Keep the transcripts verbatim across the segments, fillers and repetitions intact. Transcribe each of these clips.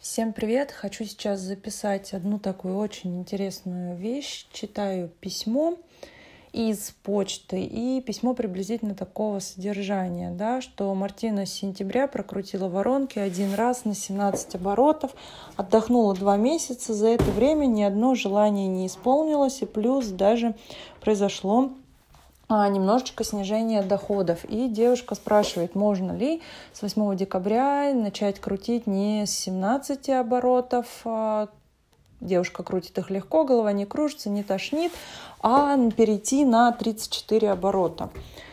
Всем привет! Хочу сейчас записать одну такую очень интересную вещь. Читаю письмо из почты, и письмо приблизительно такого содержания, да, что Мартина с сентября прокрутила воронки один раз на семнадцать оборотов, отдохнула два месяца, за это время ни одно желание не исполнилось, и плюс даже произошло а, немножечко снижение доходов. И девушка спрашивает, можно ли с восьмого декабря начать крутить не с семнадцати оборотов, а девушка крутит их легко, голова не кружится, не тошнит, а перейти на тридцать четыре оборота.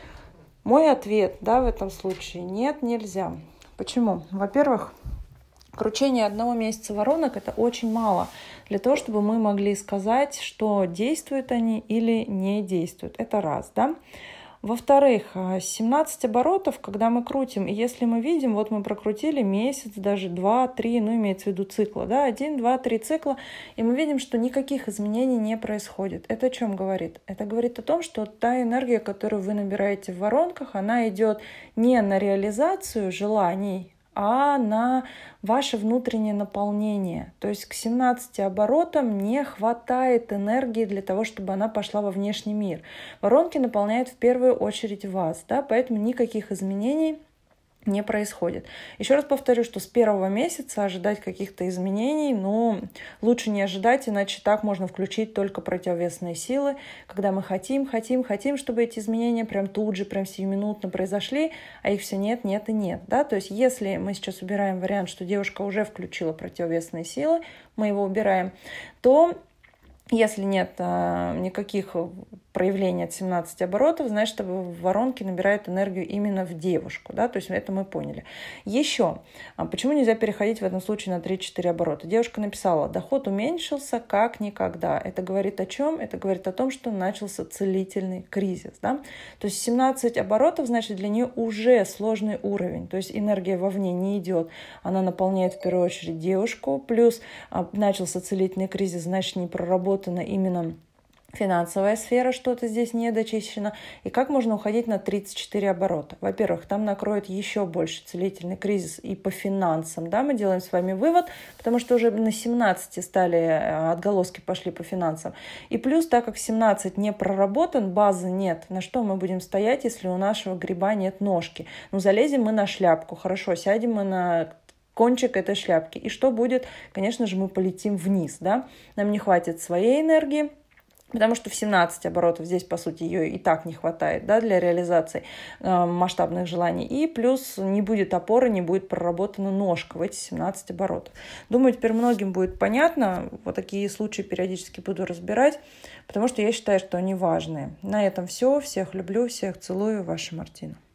Мой ответ, да, в этом случае нет, нельзя. Почему? Во-первых, кручение одного месяца воронок – это очень мало для того, чтобы мы могли сказать, что действуют они или не действуют. Это раз, да. Во-вторых, семнадцать оборотов, когда мы крутим, и если мы видим, вот мы прокрутили месяц, даже два, три, ну, имеется в виду цикла, да, один, два, три цикла, и мы видим, что никаких изменений не происходит. Это о чем говорит? Это говорит о том, что та энергия, которую вы набираете в воронках, она идет не на реализацию желаний, а на ваше внутреннее наполнение. То есть к семнадцати оборотам не хватает энергии для того, чтобы она пошла во внешний мир. Воронки наполняют в первую очередь вас, да, поэтому никаких изменений не происходит. Еще раз повторю, что с первого месяца ожидать каких-то изменений, ну, лучше не ожидать, иначе так можно включить только противовесные силы, когда мы хотим, хотим, хотим, чтобы эти изменения прям тут же, прям сиюминутно произошли, а их все нет, нет и нет, да, то есть если мы сейчас убираем вариант, что девушка уже включила противовесные силы, мы его убираем, то если нет а, никаких проявлений от семнадцати оборотов, значит, воронки набирают энергию именно в девушку, да, то есть это мы поняли. Еще, а почему нельзя переходить в этом случае на три-четыре оборота? Девушка написала, доход уменьшился как никогда. Это говорит о чем? Это говорит о том, что начался целительный кризис, да, то есть семнадцать оборотов, значит, для нее уже сложный уровень, то есть энергия вовне не идет, она наполняет в первую очередь девушку, плюс а, начался целительный кризис, значит, не проработана именно финансовая сфера, что-то здесь не дочищено. И как можно уходить на тридцать четыре оборота? Во-первых, там накроет еще больше целительный кризис и по финансам. Да, мы делаем с вами вывод, потому что уже на семнадцати стали, отголоски пошли по финансам. И плюс, так как семнадцать не проработан, базы нет, на что мы будем стоять, если у нашего гриба нет ножки? Ну, залезем мы на шляпку, хорошо, сядем мы на кончик этой шляпки. И что будет? Конечно же, мы полетим вниз, да? Нам не хватит своей энергии, потому что в семнадцать оборотов здесь, по сути, ее и так не хватает, да, для реализации э, масштабных желаний. И плюс не будет опоры, не будет проработана ножка в эти семнадцать оборотов. Думаю, теперь многим будет понятно. Вот такие случаи периодически буду разбирать, потому что я считаю, что они важные. На этом все. Всех люблю, всех целую. Ваша Мартина.